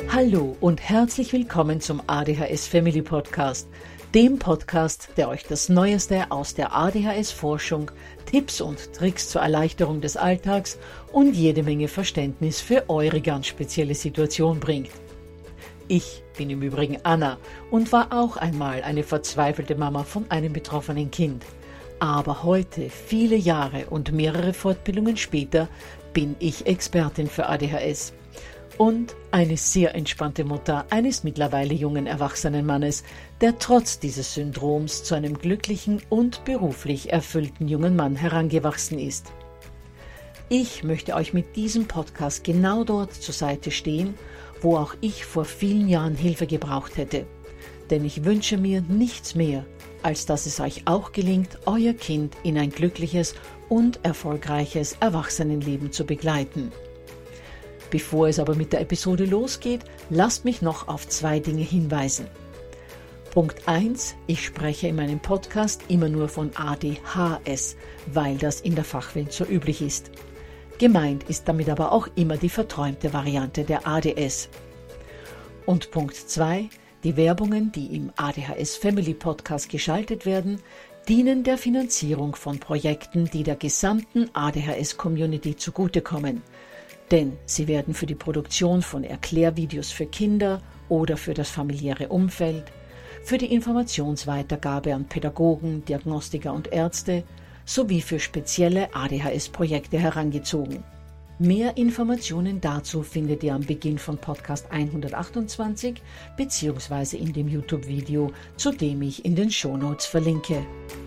Hallo und herzlich willkommen zum ADHS Family Podcast, dem Podcast, der euch das Neueste aus der ADHS-Forschung, Tipps und Tricks zur Erleichterung des Alltags und jede Menge Verständnis für eure ganz spezielle Situation bringt. Ich bin im Übrigen Anna und war auch einmal eine verzweifelte Mama von einem betroffenen Kind. Aber heute, viele Jahre und mehrere Fortbildungen später, bin ich Expertin für ADHS. Und eine sehr entspannte Mutter eines mittlerweile jungen erwachsenen Mannes, der trotz dieses Syndroms zu einem glücklichen und beruflich erfüllten jungen Mann herangewachsen ist. Ich möchte euch mit diesem Podcast genau dort zur Seite stehen, wo auch ich vor vielen Jahren Hilfe gebraucht hätte. Denn ich wünsche mir nichts mehr, als dass es euch auch gelingt, euer Kind in ein glückliches und erfolgreiches Erwachsenenleben zu begleiten. Bevor es aber mit der Episode losgeht, lasst mich noch auf 2 Dinge hinweisen. Punkt 1. Ich spreche in meinem Podcast immer nur von ADHS, weil das in der Fachwelt so üblich ist. Gemeint ist damit aber auch immer die verträumte Variante der ADS. Und Punkt 2. Die Werbungen, die im ADHS Family Podcast geschaltet werden, dienen der Finanzierung von Projekten, die der gesamten ADHS-Community zugutekommen. Denn sie werden für die Produktion von Erklärvideos für Kinder oder für das familiäre Umfeld, für die Informationsweitergabe an Pädagogen, Diagnostiker und Ärzte sowie für spezielle ADHS-Projekte herangezogen. Mehr Informationen dazu findet ihr am Beginn von Podcast 128 bzw. in dem YouTube-Video, zu dem ich in den Shownotes verlinke.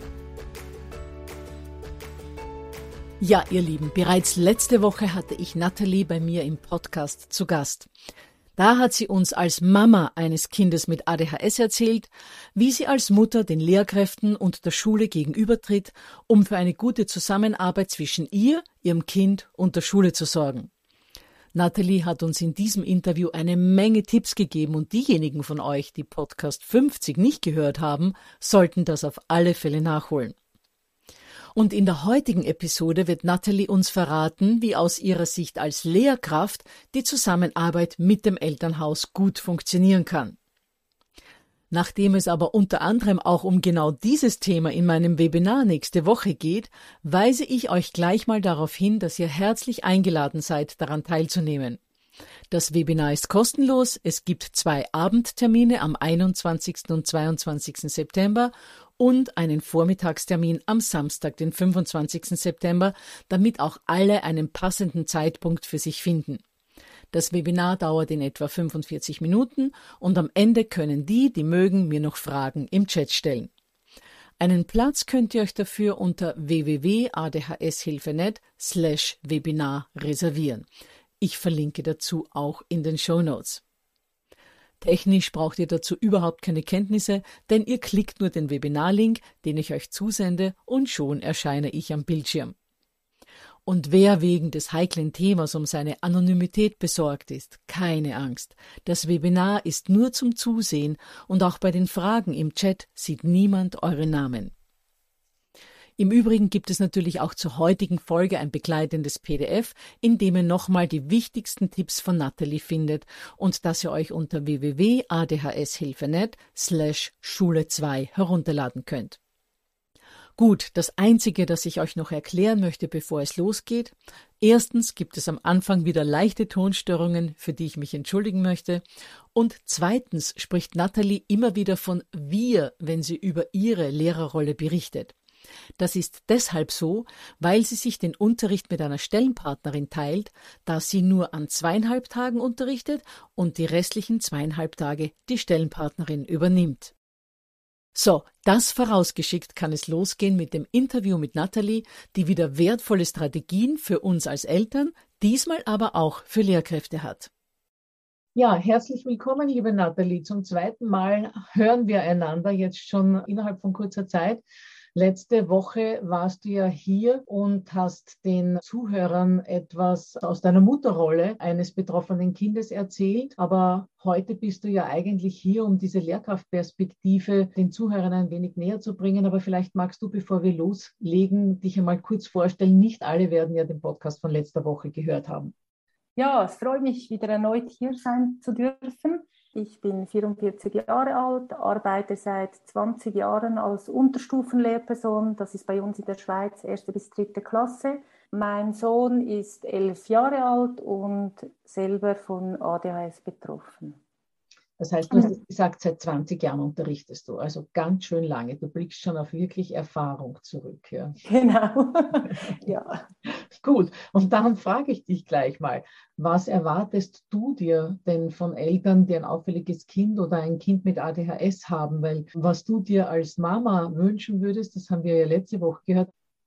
Ja, ihr Lieben, bereits letzte Woche hatte ich Nathalie bei mir im Podcast zu Gast. Da hat sie uns als Mama eines Kindes mit ADHS erzählt, wie sie als Mutter den Lehrkräften und der Schule gegenübertritt, um für eine gute Zusammenarbeit zwischen ihr, ihrem Kind und der Schule zu sorgen. Nathalie hat uns in diesem Interview eine Menge Tipps gegeben und diejenigen von euch, die Podcast 50 nicht gehört haben, sollten das auf alle Fälle nachholen. Und in der heutigen Episode wird Nathalie uns verraten, wie aus ihrer Sicht als Lehrkraft die Zusammenarbeit mit dem Elternhaus gut funktionieren kann. Nachdem es aber unter anderem auch um genau dieses Thema in meinem Webinar nächste Woche geht, weise ich euch gleich mal darauf hin, dass ihr herzlich eingeladen seid, daran teilzunehmen. Das Webinar ist kostenlos, es gibt 2 Abendtermine am 21. und 22. September und einen Vormittagstermin am Samstag, den 25. September, damit auch alle einen passenden Zeitpunkt für sich finden. Das Webinar dauert in etwa 45 Minuten und am Ende können die mögen, mir noch Fragen im Chat stellen. Einen Platz könnt ihr euch dafür unter www.adhshilfe.net/Webinar reservieren. Ich verlinke dazu auch in den Shownotes. Technisch braucht ihr dazu überhaupt keine Kenntnisse, denn ihr klickt nur den Webinarlink, den ich euch zusende, und schon erscheine ich am Bildschirm. Und wer wegen des heiklen Themas um seine Anonymität besorgt ist, keine Angst. Das Webinar ist nur zum Zusehen und auch bei den Fragen im Chat sieht niemand eure Namen. Im Übrigen gibt es natürlich auch zur heutigen Folge ein begleitendes PDF, in dem ihr nochmal die wichtigsten Tipps von Nathalie findet und das ihr euch unter www.adhshilfe.net/Schule2 herunterladen könnt. Gut, das Einzige, das ich euch noch erklären möchte, bevor es losgeht. Erstens gibt es am Anfang wieder leichte Tonstörungen, für die ich mich entschuldigen möchte. Und zweitens spricht Nathalie immer wieder von wir, wenn sie über ihre Lehrerrolle berichtet. Das ist deshalb so, weil sie sich den Unterricht mit einer Stellenpartnerin teilt, da sie nur an 2,5 Tagen unterrichtet und die restlichen 2,5 Tage die Stellenpartnerin übernimmt. So, das vorausgeschickt kann es losgehen mit dem Interview mit Nathalie, die wieder wertvolle Strategien für uns als Eltern, diesmal aber auch für Lehrkräfte hat. Ja, herzlich willkommen, liebe Nathalie. Zum 2. Mal hören wir einander jetzt schon innerhalb von kurzer Zeit. Letzte Woche warst du ja hier und hast den Zuhörern etwas aus deiner Mutterrolle eines betroffenen Kindes erzählt. Aber heute bist du ja eigentlich hier, um diese Lehrkraftperspektive den Zuhörern ein wenig näher zu bringen. Aber vielleicht magst du, bevor wir loslegen, dich einmal kurz vorstellen. Nicht alle werden ja den Podcast von letzter Woche gehört haben. Ja, es freut mich, wieder erneut hier sein zu dürfen. Ich bin 44 Jahre alt, arbeite seit 20 Jahren als Unterstufenlehrperson. Das ist bei uns in der Schweiz 1. bis 3. Klasse. Mein Sohn ist 11 Jahre alt und selber von ADHS betroffen. Das heißt, du hast es gesagt, seit 20 Jahren unterrichtest du, also ganz schön lange. Du blickst schon auf wirklich Erfahrung zurück. Ja. Genau, ja. Gut, und dann frage ich dich gleich mal, was erwartest du dir denn von Eltern, die ein auffälliges Kind oder ein Kind mit ADHS haben? Weil was du dir als Mama wünschen würdest, das haben wir ja letzte Woche gehört.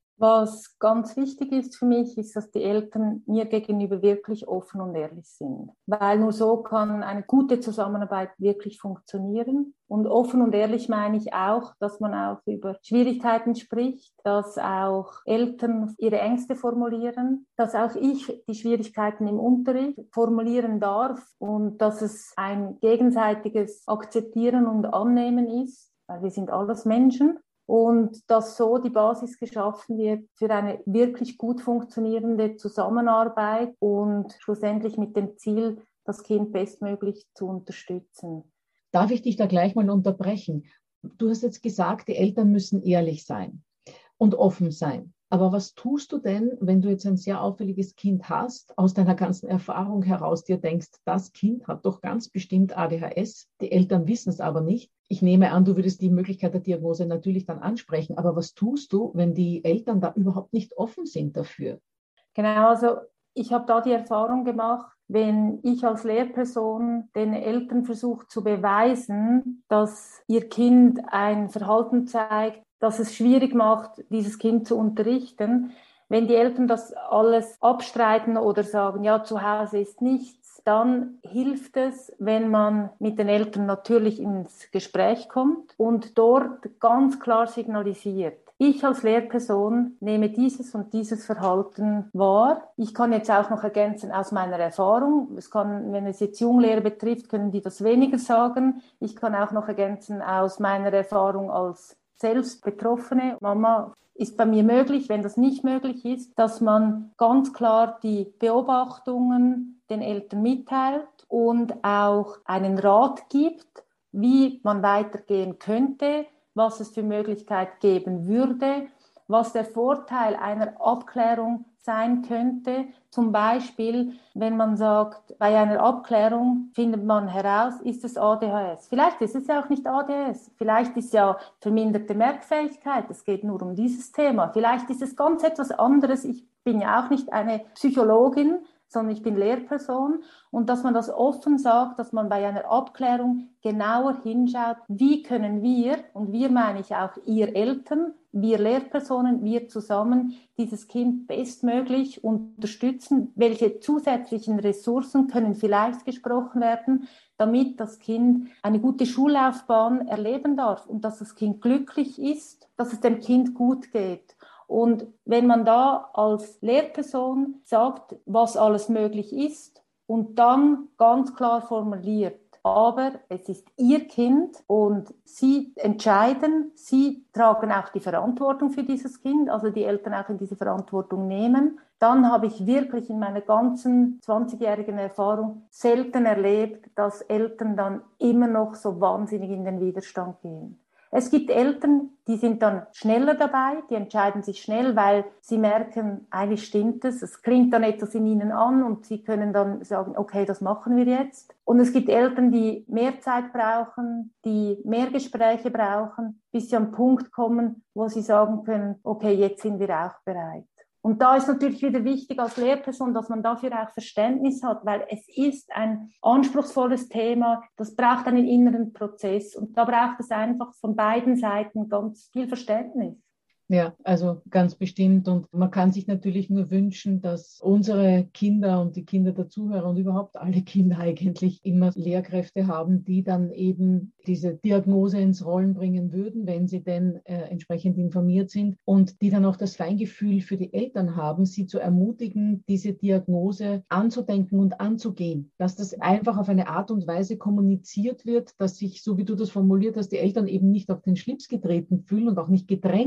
Was ganz wichtig ist für mich, ist, dass die Eltern mir gegenüber wirklich offen und ehrlich sind. Weil nur so kann eine gute Zusammenarbeit wirklich funktionieren. Und offen und ehrlich meine ich auch, dass man auch über Schwierigkeiten spricht, dass auch Eltern ihre Ängste formulieren, dass auch ich die Schwierigkeiten im Unterricht formulieren darf und dass es ein gegenseitiges Akzeptieren und Annehmen ist, weil wir sind alles Menschen. Und dass so die Basis geschaffen wird für eine wirklich gut funktionierende Zusammenarbeit und schlussendlich mit dem Ziel, das Kind bestmöglich zu unterstützen. Darf ich dich da gleich mal unterbrechen? Du hast jetzt gesagt, die Eltern müssen ehrlich sein und offen sein. Aber was tust du denn, wenn du jetzt ein sehr auffälliges Kind hast, aus deiner ganzen Erfahrung heraus dir denkst, das Kind hat doch ganz bestimmt ADHS, die Eltern wissen es aber nicht. Ich nehme an, du würdest die Möglichkeit der Diagnose natürlich dann ansprechen, aber was tust du, wenn die Eltern da überhaupt nicht offen sind dafür? Genau, also ich habe da die Erfahrung gemacht, wenn ich als Lehrperson den Eltern versuche zu beweisen, dass ihr Kind ein Verhalten zeigt, das es schwierig macht, dieses Kind zu unterrichten, wenn die Eltern das alles abstreiten oder sagen, ja, zu Hause ist nichts, dann hilft es, wenn man mit den Eltern natürlich ins Gespräch kommt und dort ganz klar signalisiert: Ich als Lehrperson nehme dieses und dieses Verhalten wahr. Ich kann jetzt auch noch ergänzen aus meiner Erfahrung. Wenn es jetzt Junglehrer betrifft, können die das weniger sagen. Ich kann auch noch ergänzen aus meiner Erfahrung als selbst betroffene Mama. Ist bei mir möglich, wenn das nicht möglich ist, dass man ganz klar die Beobachtungen den Eltern mitteilt und auch einen Rat gibt, wie man weitergehen könnte, was es für Möglichkeit geben würde, was der Vorteil einer Abklärung sein könnte. Zum Beispiel, wenn man sagt, bei einer Abklärung findet man heraus, ist es ADHS. Vielleicht ist es ja auch nicht ADHS. Vielleicht ist ja verminderte Merkfähigkeit. Es geht nur um dieses Thema. Vielleicht ist es ganz etwas anderes. Ich bin ja auch nicht eine Psychologin, sondern ich bin Lehrperson, und dass man das offen sagt, dass man bei einer Abklärung genauer hinschaut, wie können wir, und wir meine ich auch ihr Eltern, wir Lehrpersonen, wir zusammen dieses Kind bestmöglich unterstützen, welche zusätzlichen Ressourcen können vielleicht gesprochen werden, damit das Kind eine gute Schullaufbahn erleben darf und dass das Kind glücklich ist, dass es dem Kind gut geht. Und wenn man da als Lehrperson sagt, was alles möglich ist und dann ganz klar formuliert, aber es ist ihr Kind und sie entscheiden, sie tragen auch die Verantwortung für dieses Kind, also die Eltern auch in diese Verantwortung nehmen, dann habe ich wirklich in meiner ganzen 20-jährigen Erfahrung selten erlebt, dass Eltern dann immer noch so wahnsinnig in den Widerstand gehen. Es gibt Eltern, die sind dann schneller dabei, die entscheiden sich schnell, weil sie merken, eigentlich stimmt es, es klingt dann etwas in ihnen an und sie können dann sagen, okay, das machen wir jetzt. Und es gibt Eltern, die mehr Zeit brauchen, die mehr Gespräche brauchen, bis sie am Punkt kommen, wo sie sagen können, okay, jetzt sind wir auch bereit. Und da ist natürlich wieder wichtig als Lehrperson, dass man dafür auch Verständnis hat, weil es ist ein anspruchsvolles Thema, das braucht einen inneren Prozess und da braucht es einfach von beiden Seiten ganz viel Verständnis. Ja, also ganz bestimmt. Und man kann sich natürlich nur wünschen, dass unsere Kinder und die Kinder der Zuhörer und überhaupt alle Kinder eigentlich immer Lehrkräfte haben, die dann eben diese Diagnose ins Rollen bringen würden, wenn sie denn entsprechend informiert sind und die dann auch das Feingefühl für die Eltern haben, sie zu ermutigen, diese Diagnose anzudenken und anzugehen. Dass das einfach auf eine Art und Weise kommuniziert wird, dass sich, so wie du das formuliert hast, die Eltern eben nicht auf den Schlips getreten fühlen und auch nicht gedrängt fühlen,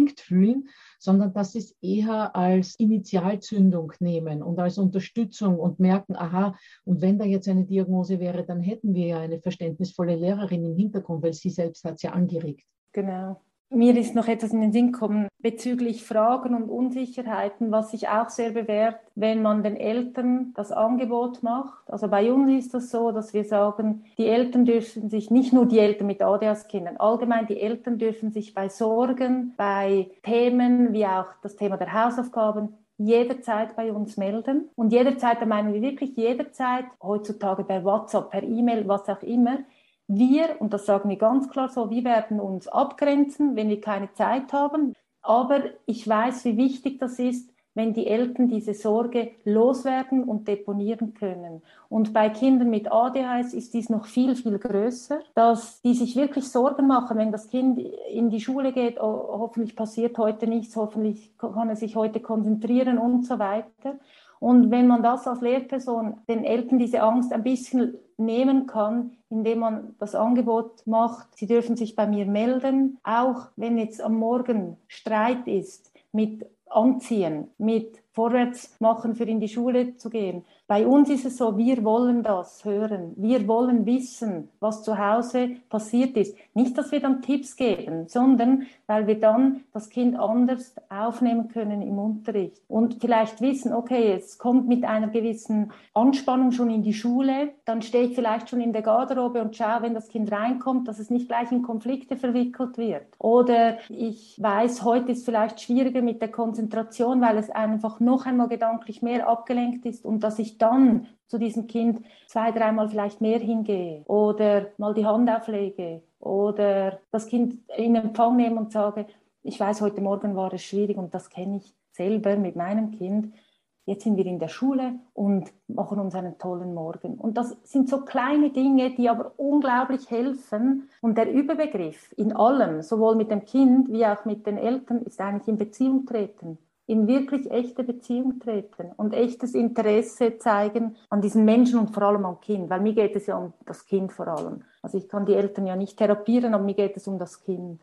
fühlen, sondern dass sie es eher als Initialzündung nehmen und als Unterstützung und merken, aha, und wenn da jetzt eine Diagnose wäre, dann hätten wir ja eine verständnisvolle Lehrerin im Hintergrund, weil sie selbst hat es ja angeregt. Genau. Mir ist noch etwas in den Sinn gekommen bezüglich Fragen und Unsicherheiten, was sich auch sehr bewährt, wenn man den Eltern das Angebot macht. Also bei uns ist das so, dass wir sagen, die Eltern dürfen sich, nicht nur die Eltern mit ADHS-Kindern, allgemein die Eltern dürfen sich bei Sorgen, bei Themen wie auch das Thema der Hausaufgaben jederzeit bei uns melden. Und jederzeit, da meinen wir wirklich jederzeit, heutzutage per WhatsApp, per E-Mail, was auch immer. Wir, und das sagen wir ganz klar so, wir werden uns abgrenzen, wenn wir keine Zeit haben. Aber ich weiß, wie wichtig das ist, wenn die Eltern diese Sorge loswerden und deponieren können. Und bei Kindern mit ADHS ist dies noch viel, viel größer, dass die sich wirklich Sorgen machen, wenn das Kind in die Schule geht, oh, hoffentlich passiert heute nichts, hoffentlich kann er sich heute konzentrieren und so weiter. Und wenn man das als Lehrperson den Eltern diese Angst ein bisschen nehmen kann, indem man das Angebot macht, sie dürfen sich bei mir melden, auch wenn jetzt am Morgen Streit ist mit Anziehen, mit vorwärts machen, für in die Schule zu gehen. Bei uns ist es so, wir wollen das hören. Wir wollen wissen, was zu Hause passiert ist. Nicht, dass wir dann Tipps geben, sondern weil wir dann das Kind anders aufnehmen können im Unterricht. Und vielleicht wissen, okay, es kommt mit einer gewissen Anspannung schon in die Schule, dann stehe ich vielleicht schon in der Garderobe und schaue, wenn das Kind reinkommt, dass es nicht gleich in Konflikte verwickelt wird. Oder ich weiß, heute ist vielleicht schwieriger mit der Konzentration, weil es einfach noch einmal gedanklich mehr abgelenkt ist und dass ich dann zu diesem Kind 2-, 3-mal vielleicht mehr hingehe oder mal die Hand auflege oder das Kind in Empfang nehme und sage, ich weiß, heute Morgen war es schwierig und das kenne ich selber mit meinem Kind. Jetzt sind wir in der Schule und machen uns einen tollen Morgen. Und das sind so kleine Dinge, die aber unglaublich helfen. Und der Überbegriff in allem, sowohl mit dem Kind wie auch mit den Eltern, ist eigentlich in Beziehung treten. In wirklich echte Beziehung treten und echtes Interesse zeigen an diesen Menschen und vor allem am Kind. Weil mir geht es ja um das Kind vor allem. Also ich kann die Eltern ja nicht therapieren, aber mir geht es um das Kind.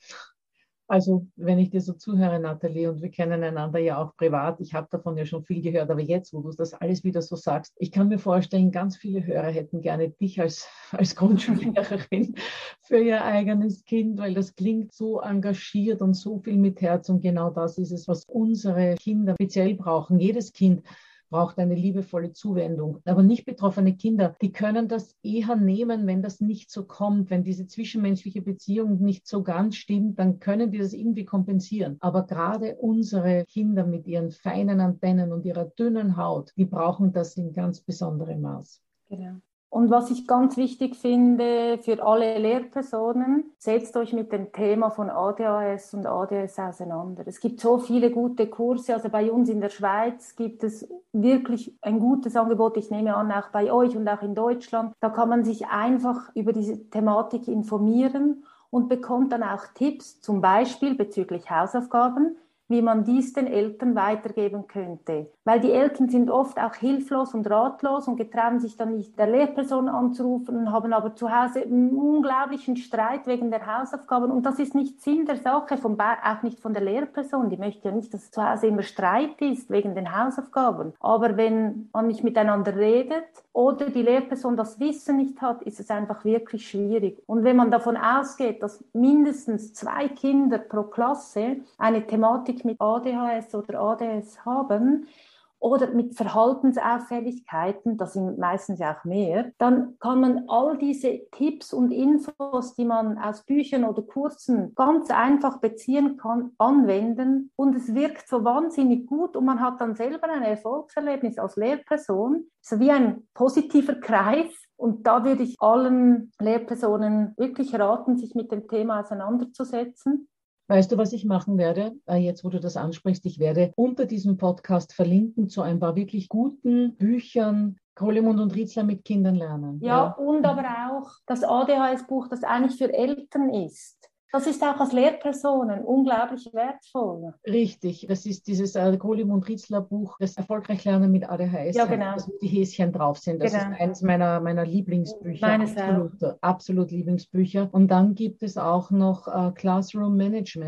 Also, wenn ich dir so zuhöre, Nathalie, und wir kennen einander ja auch privat, ich habe davon ja schon viel gehört, aber jetzt, wo du das alles wieder so sagst, ich kann mir vorstellen, ganz viele Hörer hätten gerne dich als Grundschullehrerin für ihr eigenes Kind, weil das klingt so engagiert und so viel mit Herz und genau das ist es, was unsere Kinder speziell brauchen. Jedes Kind braucht eine liebevolle Zuwendung. Aber nicht betroffene Kinder, die können das eher nehmen, wenn das nicht so kommt, wenn diese zwischenmenschliche Beziehung nicht so ganz stimmt, dann können die das irgendwie kompensieren. Aber gerade unsere Kinder mit ihren feinen Antennen und ihrer dünnen Haut, die brauchen das in ganz besonderem Maß. Genau. Und was ich ganz wichtig finde für alle Lehrpersonen, setzt euch mit dem Thema von ADHS und ADS auseinander. Es gibt so viele gute Kurse, also bei uns in der Schweiz gibt es wirklich ein gutes Angebot, ich nehme an, auch bei euch und auch in Deutschland. Da kann man sich einfach über diese Thematik informieren und bekommt dann auch Tipps, zum Beispiel bezüglich Hausaufgaben, wie man dies den Eltern weitergeben könnte. Weil die Eltern sind oft auch hilflos und ratlos und getrauen sich dann nicht, der Lehrperson anzurufen und haben aber zu Hause einen unglaublichen Streit wegen der Hausaufgaben. Und das ist nicht Sinn der Sache, auch nicht von der Lehrperson. Die möchte ja nicht, dass zu Hause immer Streit ist wegen den Hausaufgaben. Aber wenn man nicht miteinander redet oder die Lehrperson das Wissen nicht hat, ist es einfach wirklich schwierig. Und wenn man davon ausgeht, dass mindestens 2 Kinder pro Klasse eine Thematik mit ADHS oder ADS haben oder mit Verhaltensauffälligkeiten, das sind meistens ja auch mehr, dann kann man all diese Tipps und Infos, die man aus Büchern oder Kursen ganz einfach beziehen kann, anwenden und es wirkt so wahnsinnig gut und man hat dann selber ein Erfolgserlebnis als Lehrperson, so wie ein positiver Kreis. Und da würde ich allen Lehrpersonen wirklich raten, sich mit dem Thema auseinanderzusetzen. Weißt du, was ich machen werde? Jetzt, wo du das ansprichst, ich werde unter diesem Podcast verlinken zu ein paar wirklich guten Büchern, Kohlemund und Rietzler mit Kindern lernen. Ja, und aber auch das ADHS-Buch, das eigentlich für Eltern ist. Das ist auch als Lehrpersonen unglaublich wertvoll. Richtig, das ist dieses Kohlemund Rietzler Buch, das Erfolgreich lernen mit ADHS, Ja, genau. wo die Häschen drauf sind. Das Genau. ist eines meiner Lieblingsbücher, Meines auch. absolut Lieblingsbücher. Und dann gibt es auch noch Classroom Management.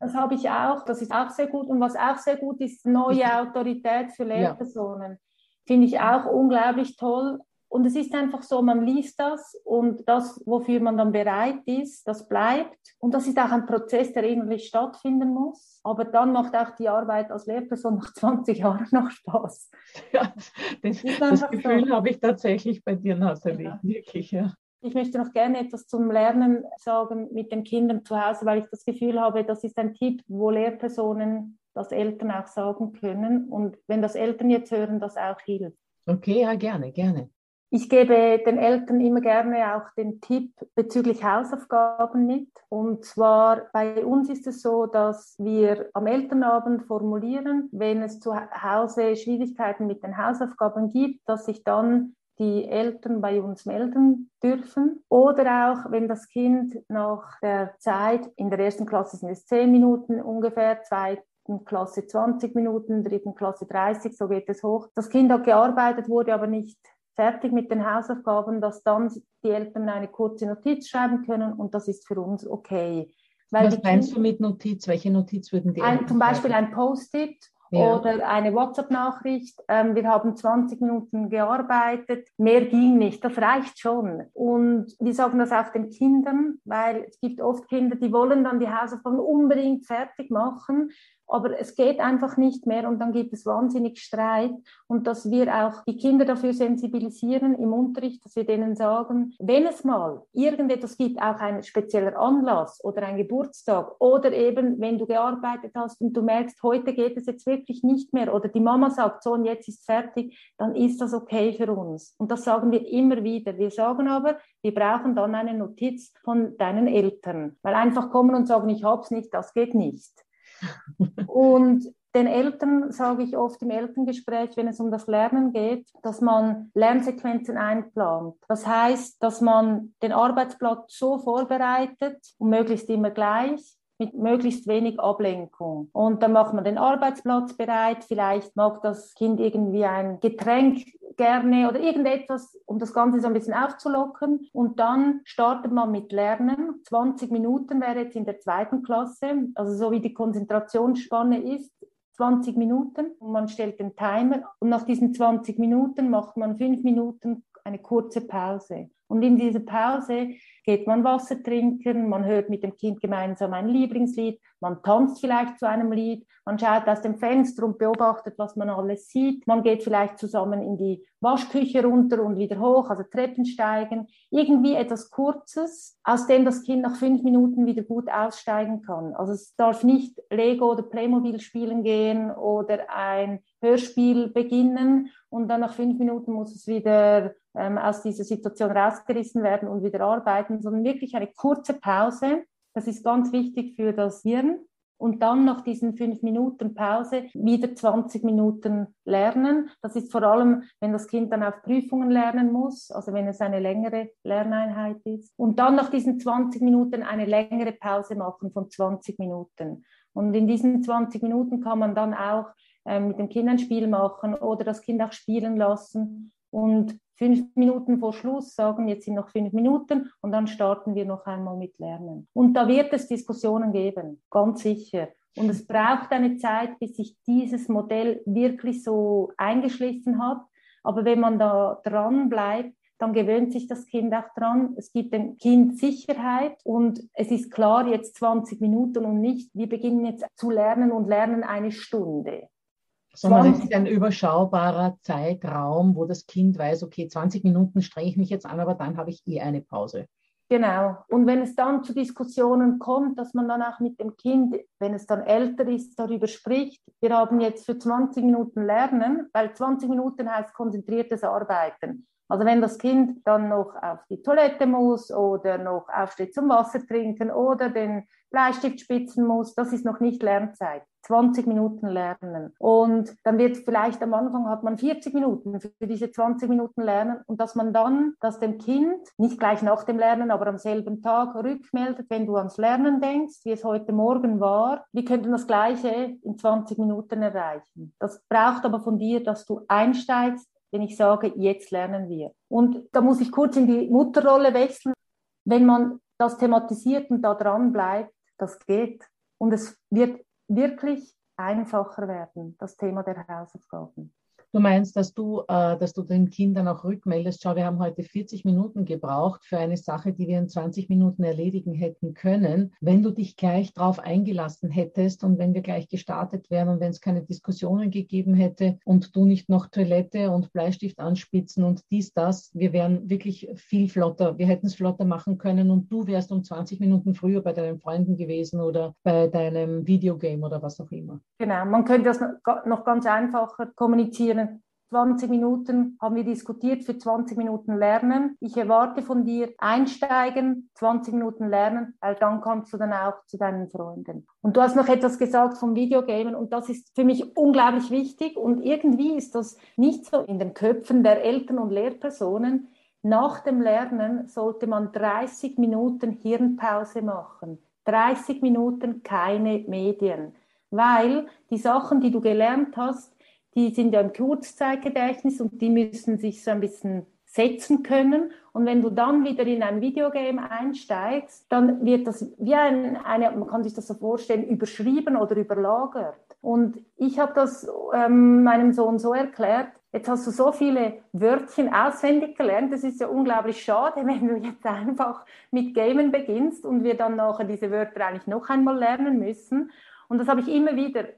Das habe ich auch. Das ist auch sehr gut. Und was auch sehr gut ist, neue Autorität für Ja. Lehrpersonen. Finde ich auch unglaublich toll. Und es ist einfach so, man liest das und das, wofür man dann bereit ist, das bleibt. Und das ist auch ein Prozess, der innerlich stattfinden muss. Aber dann macht auch die Arbeit als Lehrperson nach 20 Jahren noch Spaß. Ja, das Gefühl So. habe ich tatsächlich bei dir, Nathalie. Ja. Wirklich, ja. Ich möchte noch gerne etwas zum Lernen sagen mit den Kindern zu Hause, weil ich das Gefühl habe, das ist ein Tipp, wo Lehrpersonen das Eltern auch sagen können. Und wenn das Eltern jetzt hören, das auch hilft. Okay, ja, gerne, gerne. Ich gebe den Eltern immer gerne auch den Tipp bezüglich Hausaufgaben mit. Und zwar bei uns ist es so, dass wir am Elternabend formulieren, wenn es zu Hause Schwierigkeiten mit den Hausaufgaben gibt, dass sich dann die Eltern bei uns melden dürfen. Oder auch, wenn das Kind nach der Zeit, in der ersten Klasse sind es 10 Minuten ungefähr, zweiten Klasse 20 Minuten, dritten Klasse 30, so geht es hoch. Das Kind hat gearbeitet, wurde aber nicht fertig mit den Hausaufgaben, dass dann die Eltern eine kurze Notiz schreiben können und das ist für uns okay. Weil Was meinst du mit Notiz? Welche Notiz würden die Eltern zum Beispiel schreiben? ein Post-it Ja. oder eine WhatsApp-Nachricht. Wir haben 20 Minuten gearbeitet, mehr ging nicht, das reicht schon. Und wir sagen das auch den Kindern, weil es gibt oft Kinder, die wollen dann die Hausaufgaben unbedingt fertig machen, aber es geht einfach nicht mehr und dann gibt es wahnsinnig Streit und dass wir auch die Kinder dafür sensibilisieren im Unterricht, dass wir denen sagen, wenn es mal irgendetwas gibt, auch ein spezieller Anlass oder ein Geburtstag oder eben, wenn du gearbeitet hast und du merkst, heute geht es jetzt wirklich nicht mehr oder die Mama sagt so und jetzt ist fertig, dann ist das okay für uns. Und das sagen wir immer wieder. Wir sagen aber, wir brauchen dann eine Notiz von deinen Eltern, weil einfach kommen und sagen, ich hab's nicht, das geht nicht. Und den Eltern sage ich oft im Elterngespräch, wenn es um das Lernen geht, dass man Lernsequenzen einplant. Das heißt, dass man den Arbeitsplatz so vorbereitet und möglichst immer gleich, mit möglichst wenig Ablenkung. Und dann macht man den Arbeitsplatz bereit, vielleicht mag das Kind irgendwie ein Getränk gerne oder irgendetwas, um das Ganze so ein bisschen aufzulockern. Und dann startet man mit Lernen. 20 Minuten wäre jetzt in der zweiten Klasse, also so wie die Konzentrationsspanne ist, 20 Minuten und man stellt den Timer und nach diesen 20 Minuten macht man 5 Minuten eine kurze Pause. Und in dieser Pause geht man Wasser trinken, man hört mit dem Kind gemeinsam ein Lieblingslied, man tanzt vielleicht zu einem Lied, man schaut aus dem Fenster und beobachtet, was man alles sieht. Man geht vielleicht zusammen in die Waschküche runter und wieder hoch, also Treppen steigen. Irgendwie etwas Kurzes, aus dem das Kind nach 5 Minuten wieder gut aussteigen kann. Also es darf nicht Lego oder Playmobil spielen gehen oder ein Hörspiel beginnen und dann nach 5 Minuten muss es wieder aus dieser Situation rausgerissen werden und wieder arbeiten, sondern wirklich eine kurze Pause. Das ist ganz wichtig für das Hirn. Und dann nach diesen 5 Minuten Pause wieder 20 Minuten lernen. Das ist vor allem, wenn das Kind dann auf Prüfungen lernen muss, also wenn es eine längere Lerneinheit ist. Und dann nach diesen 20 Minuten eine längere Pause machen von 20 Minuten. Und in diesen 20 Minuten kann man dann auch mit dem Kind ein Spiel machen oder das Kind auch spielen lassen. Und 5 Minuten vor Schluss sagen, jetzt sind noch 5 Minuten und dann starten wir noch einmal mit Lernen. Und da wird es Diskussionen geben, ganz sicher. Und es braucht eine Zeit, bis sich dieses Modell wirklich so eingeschliffen hat. Aber wenn man da dran bleibt, dann gewöhnt sich das Kind auch dran. Es gibt dem Kind Sicherheit und es ist klar, jetzt 20 Minuten und nicht, wir beginnen jetzt zu lernen und lernen eine Stunde. Sondern es ist ein überschaubarer Zeitraum, wo das Kind weiß, okay, 20 Minuten strenge ich mich jetzt an, aber dann habe ich eine Pause. Genau. Und wenn es dann zu Diskussionen kommt, dass man dann auch mit dem Kind, wenn es dann älter ist, darüber spricht, wir haben jetzt für 20 Minuten Lernen, weil 20 Minuten heißt konzentriertes Arbeiten. Also wenn das Kind dann noch auf die Toilette muss oder noch aufsteht zum Wasser trinken oder den Bleistift spitzen muss, das ist noch nicht Lernzeit. 20 Minuten lernen. Und dann wird vielleicht am Anfang hat man 40 Minuten für diese 20 Minuten lernen und dass man dann, dass dem Kind nicht gleich nach dem Lernen, aber am selben Tag rückmeldet, wenn du ans Lernen denkst, wie es heute Morgen war, wir könnten das Gleiche in 20 Minuten erreichen. Das braucht aber von dir, dass du einsteigst, wenn ich sage, jetzt lernen wir. Und da muss ich kurz in die Mutterrolle wechseln. Wenn man das thematisiert und da dran bleibt, das geht. Und es wird wirklich einfacher werden, das Thema der Hausaufgaben. Du meinst, dass du den Kindern auch rückmeldest, schau, wir haben heute 40 Minuten gebraucht für eine Sache, die wir in 20 Minuten erledigen hätten können. Wenn du dich gleich drauf eingelassen hättest und wenn wir gleich gestartet wären und wenn es keine Diskussionen gegeben hätte und du nicht noch Toilette und Bleistift anspitzen und dies, das, wir wären wirklich viel flotter. Wir hätten es flotter machen können und du wärst um 20 Minuten früher bei deinen Freunden gewesen oder bei deinem Videogame oder was auch immer. Genau, man könnte das noch ganz einfacher kommunizieren. 20 Minuten haben wir diskutiert, für 20 Minuten lernen. Ich erwarte von dir einsteigen, 20 Minuten lernen, weil dann kannst du dann auch zu deinen Freunden. Und du hast noch etwas gesagt vom Videogamen und das ist für mich unglaublich wichtig und irgendwie ist das nicht so in den Köpfen der Eltern und Lehrpersonen. Nach dem Lernen sollte man 30 Minuten Hirnpause machen. 30 Minuten keine Medien. Weil die Sachen, die du gelernt hast, die sind ja im Kurzzeitgedächtnis und die müssen sich so ein bisschen setzen können. Und wenn du dann wieder in ein Videogame einsteigst, dann wird das wie man kann sich das so vorstellen, überschrieben oder überlagert. Und ich habe das meinem Sohn so erklärt, jetzt hast du so viele Wörtchen auswendig gelernt, das ist ja unglaublich schade, wenn du jetzt einfach mit Gamen beginnst und wir dann nachher diese Wörter eigentlich noch einmal lernen müssen. Und das habe ich immer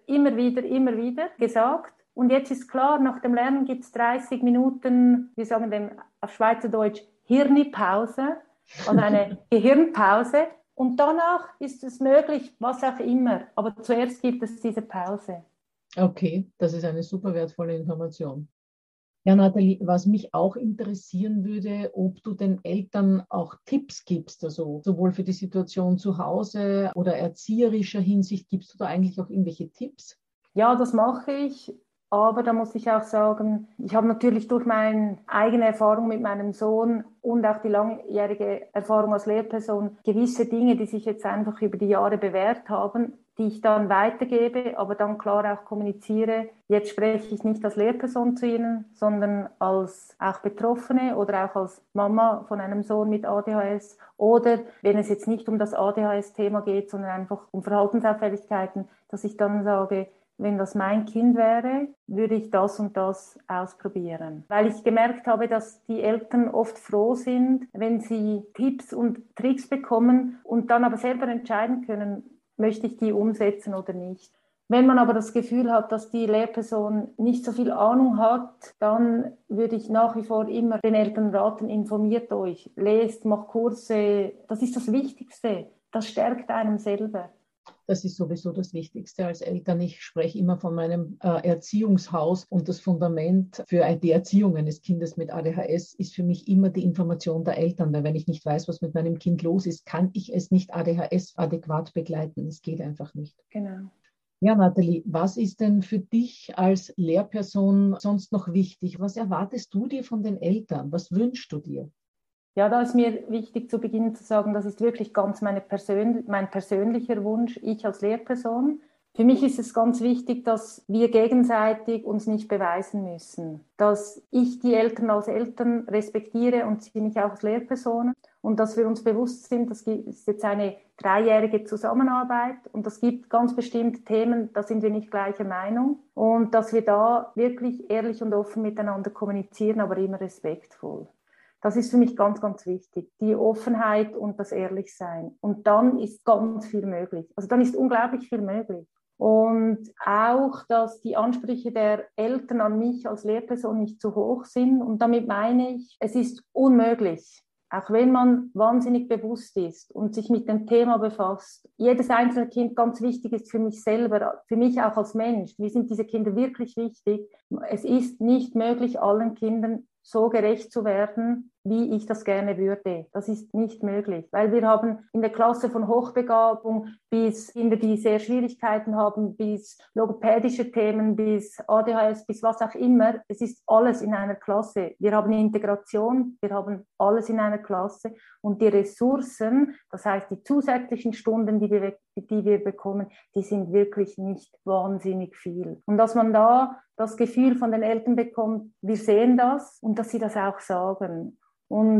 wieder gesagt. Und jetzt ist klar, nach dem Lernen gibt es 30 Minuten, wir sagen dem auf Schweizerdeutsch Hirnipause, also eine Gehirnpause. Und danach ist es möglich, was auch immer. Aber zuerst gibt es diese Pause. Okay, das ist eine super wertvolle Information. Ja, Nathalie, was mich auch interessieren würde, ob du den Eltern auch Tipps gibst, also sowohl für die Situation zu Hause oder erzieherischer Hinsicht, gibst du da eigentlich auch irgendwelche Tipps? Ja, das mache ich. Aber da muss ich auch sagen, ich habe natürlich durch meine eigene Erfahrung mit meinem Sohn und auch die langjährige Erfahrung als Lehrperson gewisse Dinge, die sich jetzt einfach über die Jahre bewährt haben, die ich dann weitergebe, aber dann klar auch kommuniziere. Jetzt spreche ich nicht als Lehrperson zu Ihnen, sondern als auch Betroffene oder auch als Mama von einem Sohn mit ADHS oder wenn es jetzt nicht um das ADHS-Thema geht, sondern einfach um Verhaltensauffälligkeiten, dass ich dann sage, wenn das mein Kind wäre, würde ich das und das ausprobieren. Weil ich gemerkt habe, dass die Eltern oft froh sind, wenn sie Tipps und Tricks bekommen und dann aber selber entscheiden können, möchte ich die umsetzen oder nicht. Wenn man aber das Gefühl hat, dass die Lehrperson nicht so viel Ahnung hat, dann würde ich nach wie vor immer den Eltern raten, informiert euch, lest, macht Kurse. Das ist das Wichtigste. Das stärkt einem selber. Das ist sowieso das Wichtigste als Eltern. Ich spreche immer von meinem Erziehungshaus und das Fundament für die Erziehung eines Kindes mit ADHS ist für mich immer die Information der Eltern, weil wenn ich nicht weiß, was mit meinem Kind los ist, kann ich es nicht ADHS adäquat begleiten. Es geht einfach nicht. Genau. Ja, Nathalie, was ist denn für dich als Lehrperson sonst noch wichtig? Was erwartest du dir von den Eltern? Was wünschst du dir? Ja, da ist mir wichtig zu Beginn zu sagen, das ist wirklich ganz mein persönlicher Wunsch, ich als Lehrperson. Für mich ist es ganz wichtig, dass wir gegenseitig uns nicht beweisen müssen, dass ich die Eltern als Eltern respektiere und sie mich auch als Lehrperson und dass wir uns bewusst sind, das ist jetzt eine 3-jährige Zusammenarbeit und es gibt ganz bestimmte Themen, da sind wir nicht gleicher Meinung und dass wir da wirklich ehrlich und offen miteinander kommunizieren, aber immer respektvoll. Das ist für mich ganz, ganz wichtig. Die Offenheit und das Ehrlichsein. Und dann ist ganz viel möglich. Also dann ist unglaublich viel möglich. Und auch, dass die Ansprüche der Eltern an mich als Lehrperson nicht zu hoch sind. Und damit meine ich, es ist unmöglich, auch wenn man wahnsinnig bewusst ist und sich mit dem Thema befasst. Jedes einzelne Kind ganz wichtig ist für mich selber, für mich auch als Mensch. Mir sind diese Kinder wirklich wichtig. Es ist nicht möglich, allen Kindern so gerecht zu werden, wie ich das gerne würde. Das ist nicht möglich, weil wir haben in der Klasse von Hochbegabung bis Kinder, die sehr Schwierigkeiten haben, bis logopädische Themen, bis ADHS, bis was auch immer. Es ist alles in einer Klasse. Wir haben Integration, wir haben alles in einer Klasse und die Ressourcen, das heißt die zusätzlichen Stunden, die wir bekommen, die sind wirklich nicht wahnsinnig viel. Und dass man da das Gefühl von den Eltern bekommt, wir sehen das und dass sie das auch sagen. Und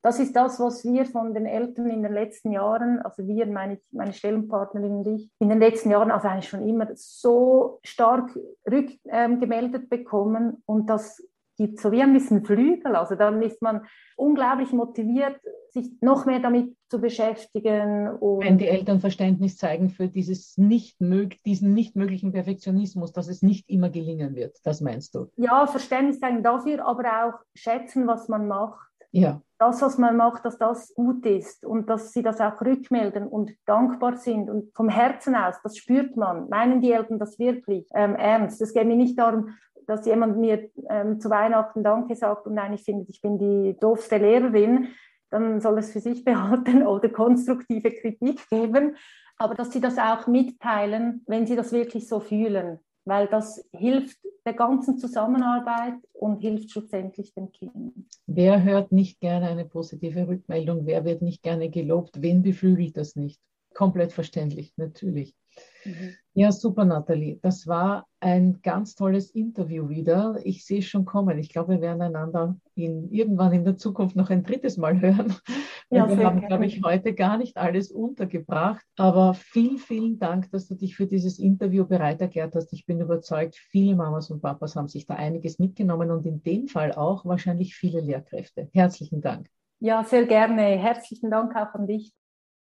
das ist das, was wir von den Eltern in den letzten Jahren, also wir, meine Stellenpartnerin und ich, in den letzten Jahren, also eigentlich schon immer so stark rückgemeldet bekommen, und das gibt so wie ein bisschen Flügel. Also dann ist man unglaublich motiviert, sich noch mehr damit zu beschäftigen. Und wenn die Eltern Verständnis zeigen für diesen nicht möglichen Perfektionismus, dass es nicht immer gelingen wird, das meinst du? Ja, Verständnis zeigen dafür, aber auch schätzen, was man macht. Ja. Das, was man macht, dass das gut ist und dass sie das auch rückmelden und dankbar sind und vom Herzen aus, das spürt man. Meinen die Eltern das wirklich ernst? Es geht mir nicht darum, dass jemand mir zu Weihnachten Danke sagt und eigentlich findet, ich bin die doofste Lehrerin, dann soll es für sich behalten oder konstruktive Kritik geben. Aber dass sie das auch mitteilen, wenn sie das wirklich so fühlen, weil das hilft der ganzen Zusammenarbeit und hilft schlussendlich dem Kind. Wer hört nicht gerne eine positive Rückmeldung? Wer wird nicht gerne gelobt? Wen beflügelt das nicht? Komplett verständlich, natürlich. Ja, super, Nathalie. Das war ein ganz tolles Interview wieder. Ich sehe es schon kommen. Ich glaube, wir werden einander irgendwann in der Zukunft noch ein drittes Mal hören. Ja, wir haben, glaube ich, heute gar nicht alles untergebracht. Aber vielen, vielen Dank, dass du dich für dieses Interview bereit erklärt hast. Ich bin überzeugt, viele Mamas und Papas haben sich da einiges mitgenommen und in dem Fall auch wahrscheinlich viele Lehrkräfte. Herzlichen Dank. Ja, sehr gerne. Herzlichen Dank auch an dich.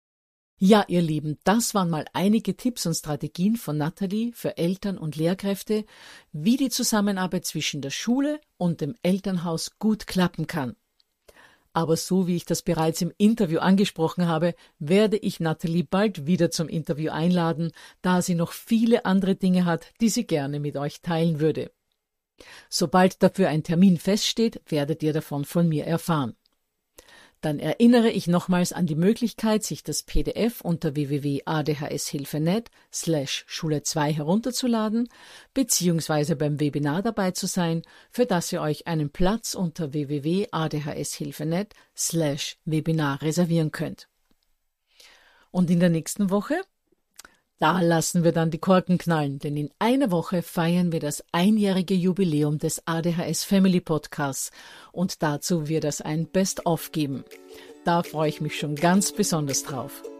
Ja, ihr Lieben, das waren mal einige Tipps und Strategien von Nathalie für Eltern und Lehrkräfte, wie die Zusammenarbeit zwischen der Schule und dem Elternhaus gut klappen kann. Aber so wie ich das bereits im Interview angesprochen habe, werde ich Nathalie bald wieder zum Interview einladen, da sie noch viele andere Dinge hat, die sie gerne mit euch teilen würde. Sobald dafür ein Termin feststeht, werdet ihr davon von mir erfahren. Dann erinnere ich nochmals an die Möglichkeit, sich das PDF unter www.adhshilfe.net/Schule2 herunterzuladen, beziehungsweise beim Webinar dabei zu sein, für das ihr euch einen Platz unter www.adhshilfe.net/Webinar reservieren könnt. Und in der nächsten Woche? Da lassen wir dann die Korken knallen, denn in einer Woche feiern wir das einjährige Jubiläum des ADHS Family Podcasts und dazu wird es ein Best-of geben. Da freue ich mich schon ganz besonders drauf.